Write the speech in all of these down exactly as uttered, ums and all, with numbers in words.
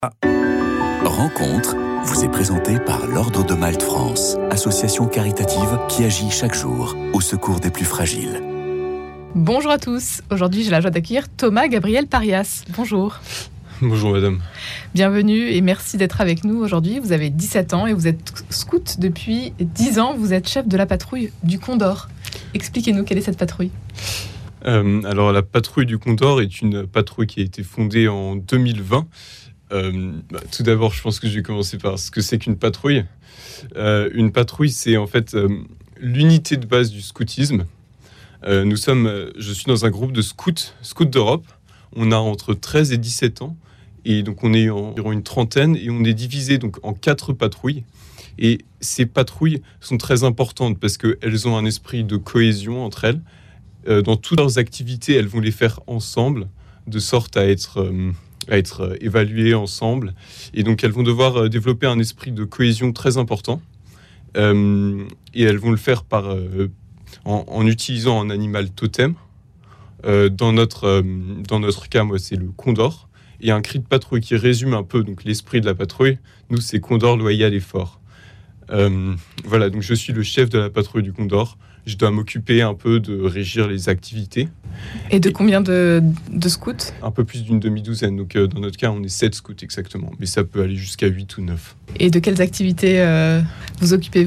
Rencontre vous est présentée par l'Ordre de Malte France, association caritative qui agit chaque jour au secours des plus fragiles. Bonjour à tous. Aujourd'hui, j'ai la joie d'accueillir Thomas Gabriel Parias. Bonjour. Bonjour madame. Bienvenue et merci d'être avec nous aujourd'hui. Vous avez dix-sept ans et vous êtes scout depuis dix ans. Vous êtes chef de la patrouille du Condor. Expliquez-nous quelle est cette patrouille. Euh, alors la patrouille du Condor est une patrouille qui a été fondée en deux mille vingt. Euh, bah, tout d'abord, je pense que je vais commencer par ce que c'est qu'une patrouille. Euh, une patrouille, c'est en fait euh, l'unité de base du scoutisme. Euh, nous sommes, euh, je suis dans un groupe de scouts, scouts d'Europe. On a entre treize et dix-sept ans. Et donc, on est environ une trentaine et on est divisé donc, en quatre patrouilles. Et ces patrouilles sont très importantes parce qu'elles ont un esprit de cohésion entre elles. Euh, dans toutes leurs activités, elles vont les faire ensemble, de sorte à être... Euh, à être évaluées ensemble. Et donc, elles vont devoir développer un esprit de cohésion très important. Euh, et elles vont le faire par, euh, en, en utilisant un animal totem. Euh, dans, notre, euh, dans notre cas, moi, c'est le Condor. Et un cri de patrouille qui résume un peu donc, l'esprit de la patrouille. Nous, c'est Condor loyal et fort. Euh, voilà, donc je suis le chef de la patrouille du Condor. Je dois m'occuper un peu de régir les activités. Et de combien de, de scouts ? Un peu plus d'une demi-douzaine. Donc, euh, dans notre cas, on est sept scouts exactement. Mais ça peut aller jusqu'à huit ou neuf. Et de quelles activités euh, vous occupez-vous ?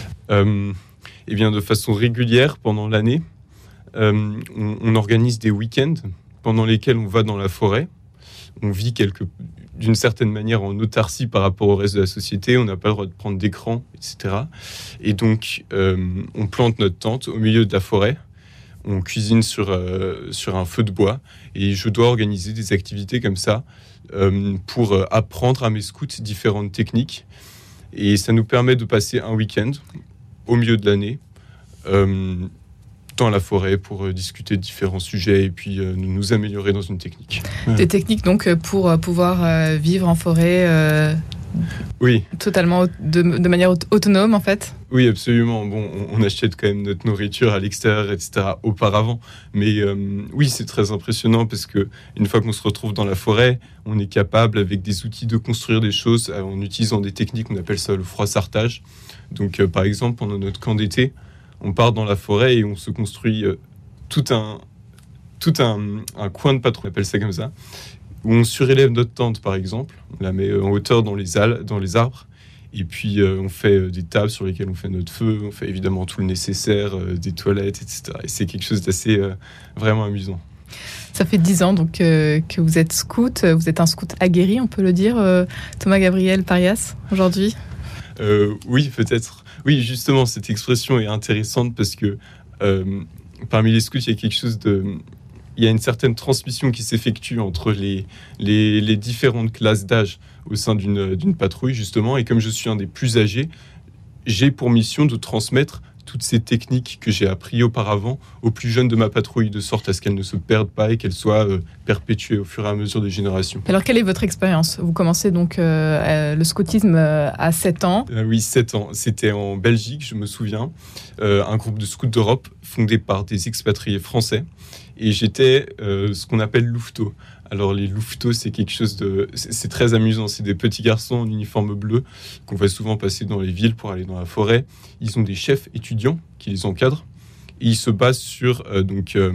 euh, Eh bien, de façon régulière, pendant l'année, euh, on, on organise des week-ends pendant lesquels on va dans la forêt. On vit quelque, d'une certaine manière en autarcie par rapport au reste de la société. On n'a pas le droit de prendre d'écran, et cetera. Et donc, euh, on plante notre tente au milieu de la forêt. On cuisine sur, euh, sur un feu de bois. Et je dois organiser des activités comme ça euh, pour euh, apprendre à mes scouts différentes techniques. Et ça nous permet de passer un week-end au milieu de l'année euh, dans la forêt pour euh, discuter de différents sujets et puis euh, nous, nous améliorer dans une technique. Des techniques donc pour euh, pouvoir euh, vivre en forêt euh, oui. totalement de, de manière aut- autonome en fait. Oui, absolument. Bon, on, on achète quand même notre nourriture à l'extérieur, et cetera auparavant. Mais euh, oui, c'est très impressionnant parce que une fois qu'on se retrouve dans la forêt, on est capable avec des outils de construire des choses euh, en utilisant des techniques, on appelle ça le froissartage. Donc euh, par exemple, pendant notre camp d'été, on part dans la forêt et on se construit euh, tout un, tout un, un coin de patrouille, on appelle ça comme ça, où on surélève notre tente, par exemple. On la met en hauteur dans les, al- dans les arbres. Et puis, euh, on fait euh, des tables sur lesquelles on fait notre feu. On fait évidemment tout le nécessaire, euh, des toilettes, et cetera. Et c'est quelque chose d'assez euh, vraiment amusant. Ça fait dix ans donc, euh, que vous êtes scout. Vous êtes un scout aguerri, on peut le dire, euh, Thomas Gabriel Parias, aujourd'hui ? euh, Oui, peut-être. Oui, justement, cette expression est intéressante parce que euh, parmi les scouts, il y a quelque chose de... Il y a une certaine transmission qui s'effectue entre les, les, les différentes classes d'âge au sein d'une, d'une patrouille, justement. Et comme je suis un des plus âgés, j'ai pour mission de transmettre toutes ces techniques que j'ai apprises auparavant aux plus jeunes de ma patrouille, de sorte à ce qu'elles ne se perdent pas et qu'elles soient euh, perpétuées au fur et à mesure des générations. Alors, quelle est votre expérience ? Vous commencez donc euh, le scoutisme euh, à sept ans. Euh, oui, sept ans. C'était en Belgique, je me souviens. Euh, un groupe de scouts d'Europe fondé par des expatriés français. Et j'étais euh, ce qu'on appelle louveteau. Alors les louveteaux, c'est quelque chose de... C'est, c'est très amusant. C'est des petits garçons en uniforme bleu qu'on va souvent passer dans les villes pour aller dans la forêt. Ils ont des chefs étudiants qui les encadrent. Et ils se basent sur euh, donc, euh,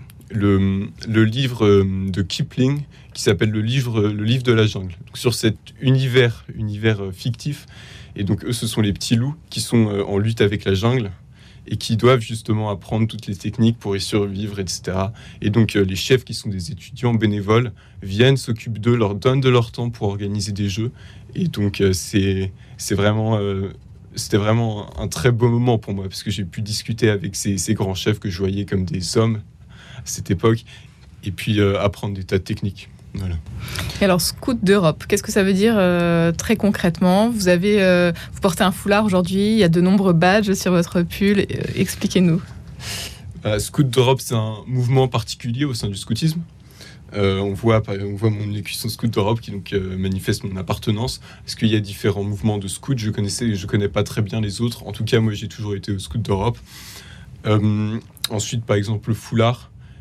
le, le livre euh, de Kipling qui s'appelle le livre, le livre de la jungle. Donc, sur cet univers, univers euh, fictif. Et donc eux, ce sont les petits loups qui sont euh, en lutte avec la jungle et qui doivent justement apprendre toutes les techniques pour y survivre, et cetera. Et donc, euh, les chefs qui sont des étudiants bénévoles viennent, s'occupent d'eux, leur donnent de leur temps pour organiser des jeux. Et donc, euh, c'est, c'est vraiment, euh, c'était vraiment un très beau moment pour moi, parce que j'ai pu discuter avec ces, ces grands chefs que je voyais comme des hommes à cette époque, et puis euh, apprendre des tas de techniques. Voilà. Et alors, scout d'Europe, qu'est-ce que ça veut dire euh, très concrètement ? Vous avez, euh, vous portez un foulard aujourd'hui, il y a de nombreux badges sur votre pull. Euh, expliquez-nous. Euh, scout d'Europe, c'est un mouvement particulier au sein du scoutisme. Euh, on, voit, on voit mon écusson scout d'Europe qui donc, euh, manifeste mon appartenance. Parce qu'il y a différents mouvements de scouts, je connaissais, je connais pas très bien les autres. En tout cas, moi, j'ai toujours été au scout d'Europe. Euh, ensuite, par exemple, le foulard.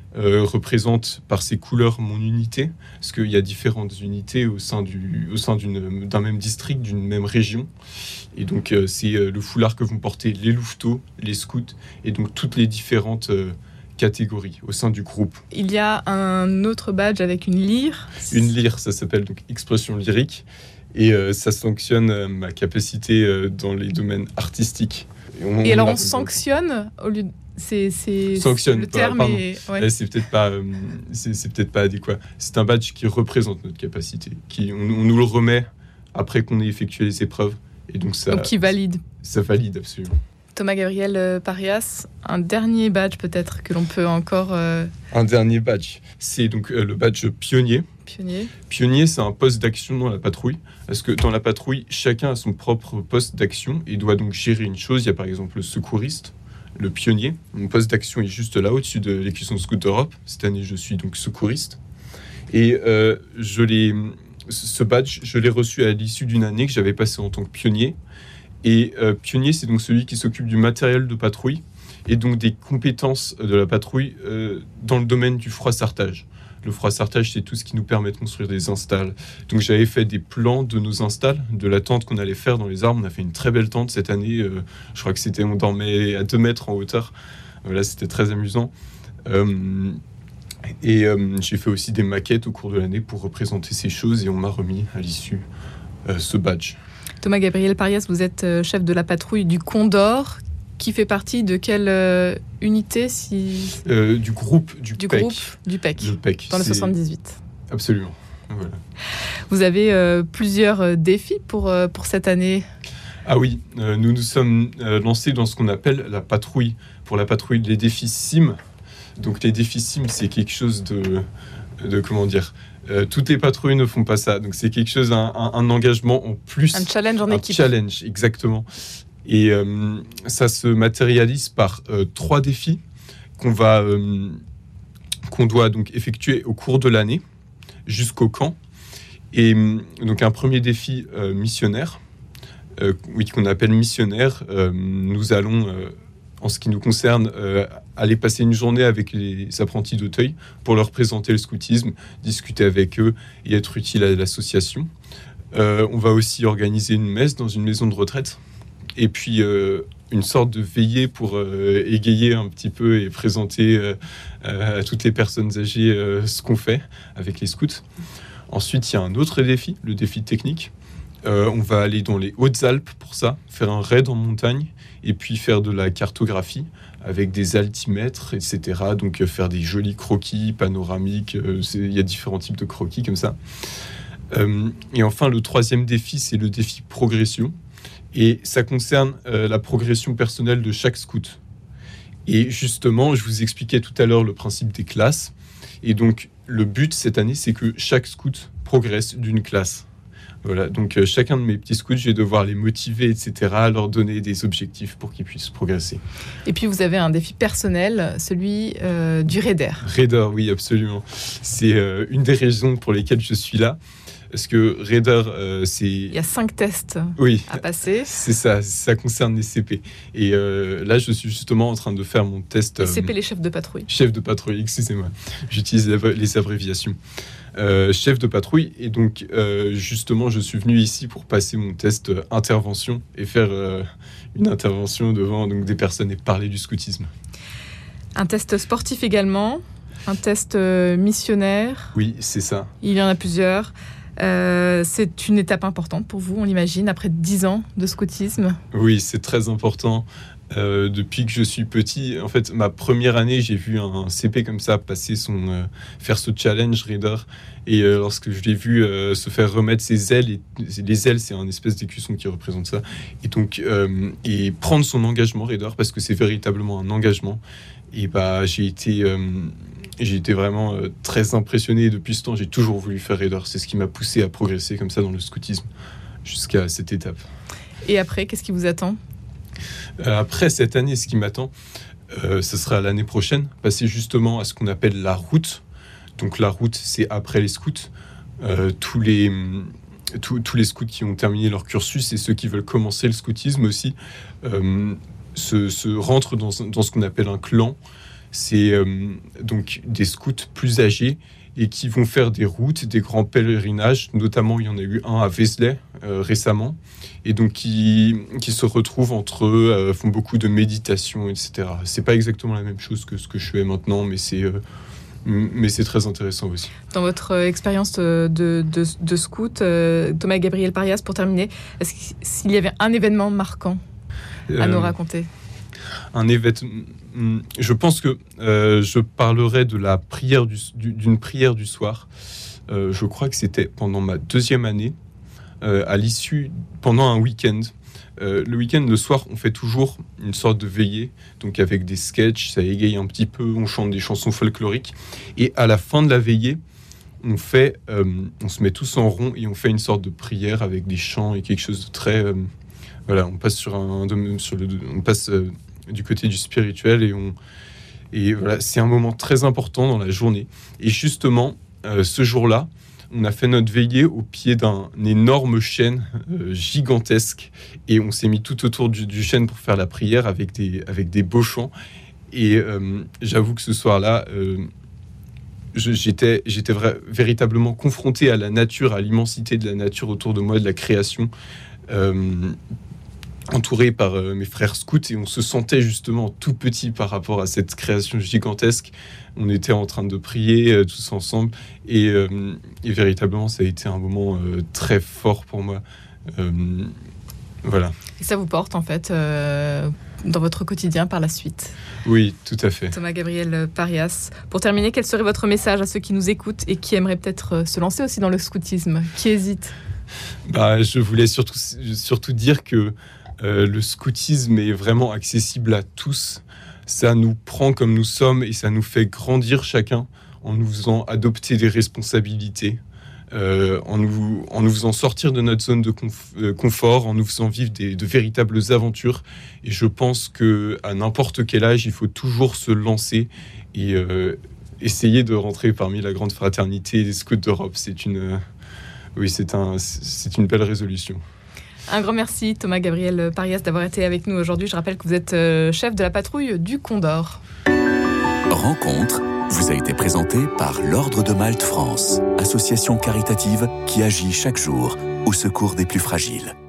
euh, représente par ses couleurs mon unité, parce qu'il y a différentes unités au sein, du, au sein d'une, d'un même district, d'une même région. Et donc, euh, c'est euh, le foulard que vont porter les louveteaux, les scouts, et donc toutes les différentes euh, catégories au sein du groupe. Il y a un autre badge avec une lyre. Une lyre, ça s'appelle donc expression lyrique, et euh, ça sanctionne euh, ma capacité euh, dans les domaines artistiques. Et, on, et alors, on sanctionne au lieu de... C'est, c'est, sanctionne, le terme pardon. Est... Ouais. Là, c'est peut-être pas, euh, c'est, c'est peut-être pas adéquat. C'est un badge qui représente notre capacité, qui on, on nous le remet après qu'on ait effectué les épreuves, et donc ça. Donc qui valide. Ça valide absolument. Thomas Gabriel Parias, un dernier badge peut-être que l'on peut encore. Euh... Un dernier badge, c'est donc euh, le badge pionnier. Pionnier. Pionnier, c'est un poste d'action dans la patrouille, parce que dans la patrouille, chacun a son propre poste d'action et doit donc gérer une chose. Il y a par exemple le secouriste. Le pionnier, mon poste d'action est juste là, au-dessus de l'écusson Scout d'Europe. Cette année, je suis donc secouriste. Et euh, je l'ai, ce badge, je l'ai reçu à l'issue d'une année que j'avais passée en tant que pionnier. Et euh, pionnier, c'est donc celui qui s'occupe du matériel de patrouille et donc des compétences de la patrouille euh, dans le domaine du froissartage. Le froissartage, c'est tout ce qui nous permet de construire des installs. Donc j'avais fait des plans de nos installs, de la tente qu'on allait faire dans les arbres. On a fait une très belle tente cette année. Euh, je crois que c'était, on dormait à deux mètres en hauteur. Euh, là, c'était très amusant. Euh, et euh, j'ai fait aussi des maquettes au cours de l'année pour représenter ces choses et on m'a remis à l'issue euh, ce badge. Thomas Gabriel Parias, vous êtes chef de la patrouille du Condor, qui fait partie de quelle euh, unité si... euh, Du groupe du, du P E C. Groupe du P E C, le P E C dans le c'est... soixante-dix-huit. Absolument. Voilà. Vous avez euh, plusieurs défis pour, euh, pour cette année. Ah oui, euh, nous nous sommes euh, lancés dans ce qu'on appelle la patrouille, pour la patrouille des défis S I M. Donc les défis S I M, c'est quelque chose de... de comment dire euh, toutes les patrouilles ne font pas ça. Donc c'est quelque chose, un, un, un engagement en plus. Un challenge en un équipe. Un challenge, exactement. Et euh, ça se matérialise par euh, trois défis qu'on va, euh, qu'on doit donc effectuer au cours de l'année jusqu'au camp. Et donc un premier défi euh, missionnaire, euh, oui, qu'on appelle missionnaire. Euh, nous allons, euh, en ce qui nous concerne, euh, aller passer une journée avec les apprentis d'Auteuil pour leur présenter le scoutisme, discuter avec eux et être utile à l'association. Euh, on va aussi organiser une messe dans une maison de retraite. Et puis, euh, une sorte de veillée pour euh, égayer un petit peu et présenter euh, euh, à toutes les personnes âgées euh, ce qu'on fait avec les scouts. Ensuite, il y a un autre défi, le défi technique. Euh, on va aller dans les Hautes-Alpes pour ça, faire un raid en montagne et puis faire de la cartographie avec des altimètres, et cetera. Donc, euh, faire des jolis croquis panoramiques. Euh, il y a différents types de croquis comme ça. Euh, et enfin, le troisième défi, c'est le défi progression. Et ça concerne euh, la progression personnelle de chaque scout. Et justement, je vous expliquais tout à l'heure le principe des classes. Et donc, le but cette année, c'est que chaque scout progresse d'une classe. Voilà, donc euh, chacun de mes petits scouts, je vais devoir les motiver, et cetera, leur donner des objectifs pour qu'ils puissent progresser. Et puis, vous avez un défi personnel, celui euh, du Raider. Raider, oui, absolument. C'est euh, une des raisons pour lesquelles je suis là. Parce que Raider, euh, c'est... Il y a cinq tests oui, à passer. C'est ça, ça concerne les C P. Et euh, là, je suis justement en train de faire mon test... Les C P, euh, les chefs de patrouille. Chef de patrouille, excusez-moi. J'utilise les abréviations. Euh, chef de patrouille. Et donc, euh, justement, je suis venu ici pour passer mon test euh, intervention et faire euh, une intervention devant donc, des personnes et parler du scoutisme. Un test sportif également, un test euh, missionnaire. Oui, c'est ça. Il y en a plusieurs. Euh, c'est une étape importante pour vous, on l'imagine, après dix ans de scoutisme. Oui, c'est très important. Euh, depuis que je suis petit, en fait, ma première année, j'ai vu un C P comme ça passer son, euh, faire ce challenge Raider. Et euh, lorsque je l'ai vu euh, se faire remettre ses ailes, et, les ailes, c'est un espèce d'écusson qui représente ça, et donc euh, et prendre son engagement Raider, parce que c'est véritablement un engagement. Et bah, j'ai été euh, j'ai été vraiment euh, très impressionné. Et depuis ce temps, j'ai toujours voulu faire Raider. C'est ce qui m'a poussé à progresser comme ça dans le scoutisme jusqu'à cette étape. Et après, qu'est-ce qui vous attend ? euh, Après cette année, ce qui m'attend, euh, ce sera l'année prochaine, passer justement à ce qu'on appelle la route. Donc la route, c'est après les scouts. Euh, tous les tous, tous les scouts qui ont terminé leur cursus et ceux qui veulent commencer le scoutisme aussi euh, se, se rentrent dans, dans ce qu'on appelle un clan. C'est euh, donc des scouts plus âgés et qui vont faire des routes, des grands pèlerinages. Notamment, il y en a eu un à Vézelay euh, récemment. Et donc, qui, qui se retrouvent entre eux, euh, font beaucoup de méditation, et cetera. C'est pas exactement la même chose que ce que je fais maintenant, mais c'est, euh, mais c'est très intéressant aussi. Dans votre euh, expérience de, de, de, de scout, euh, Thomas Gabriel Parias, pour terminer, est-ce qu'il y avait un événement marquant à euh, nous raconter ? Un événement... Je pense que euh, je parlerai de la prière du, du, d'une prière du soir. Euh, je crois que c'était pendant ma deuxième année, euh, à l'issue, pendant un week-end. Euh, le week-end, le soir, on fait toujours une sorte de veillée, donc avec des sketchs, ça égaye un petit peu, on chante des chansons folkloriques. Et à la fin de la veillée, on fait, euh, on se met tous en rond et on fait une sorte de prière avec des chants et quelque chose de très, euh, voilà, on passe sur un, sur le, on passe euh, du côté du spirituel et on, et voilà, c'est un moment très important dans la journée. Et justement, euh, ce jour-là, on a fait notre veillée au pied d'un énorme chêne euh, gigantesque et on s'est mis tout autour du, du chêne pour faire la prière avec des, avec des beaux chants. Et euh, j'avoue que ce soir-là, euh, je, j'étais, j'étais vra- véritablement confronté à la nature, à l'immensité de la nature autour de moi, de la création, euh, entouré par euh, mes frères scouts, et on se sentait justement tout petit par rapport à cette création gigantesque. On était en train de prier euh, tous ensemble et, euh, et véritablement ça a été un moment euh, très fort pour moi. Euh, voilà. Et ça vous porte en fait euh, dans votre quotidien par la suite. Oui, tout à fait. Thomas Gabriel Parias. Pour terminer, quel serait votre message à ceux qui nous écoutent et qui aimeraient peut-être se lancer aussi dans le scoutisme, qui hésitent ? Bah, je voulais surtout, surtout dire que Euh, le scoutisme est vraiment accessible à tous. Ça nous prend comme nous sommes et ça nous fait grandir chacun en nous faisant adopter des responsabilités, euh, en, nous, en nous faisant sortir de notre zone de conf- euh, confort, en nous faisant vivre des, de véritables aventures. Et je pense qu'à n'importe quel âge, il faut toujours se lancer et euh, essayer de rentrer parmi la grande fraternité des scouts d'Europe. C'est une, euh, oui, c'est un, c'est une belle résolution. Un grand merci Thomas Gabriel Parias d'avoir été avec nous aujourd'hui. Je rappelle que vous êtes chef de la patrouille du Condor. Rencontre vous a été présentée par l'Ordre de Malte France, association caritative qui agit chaque jour au secours des plus fragiles.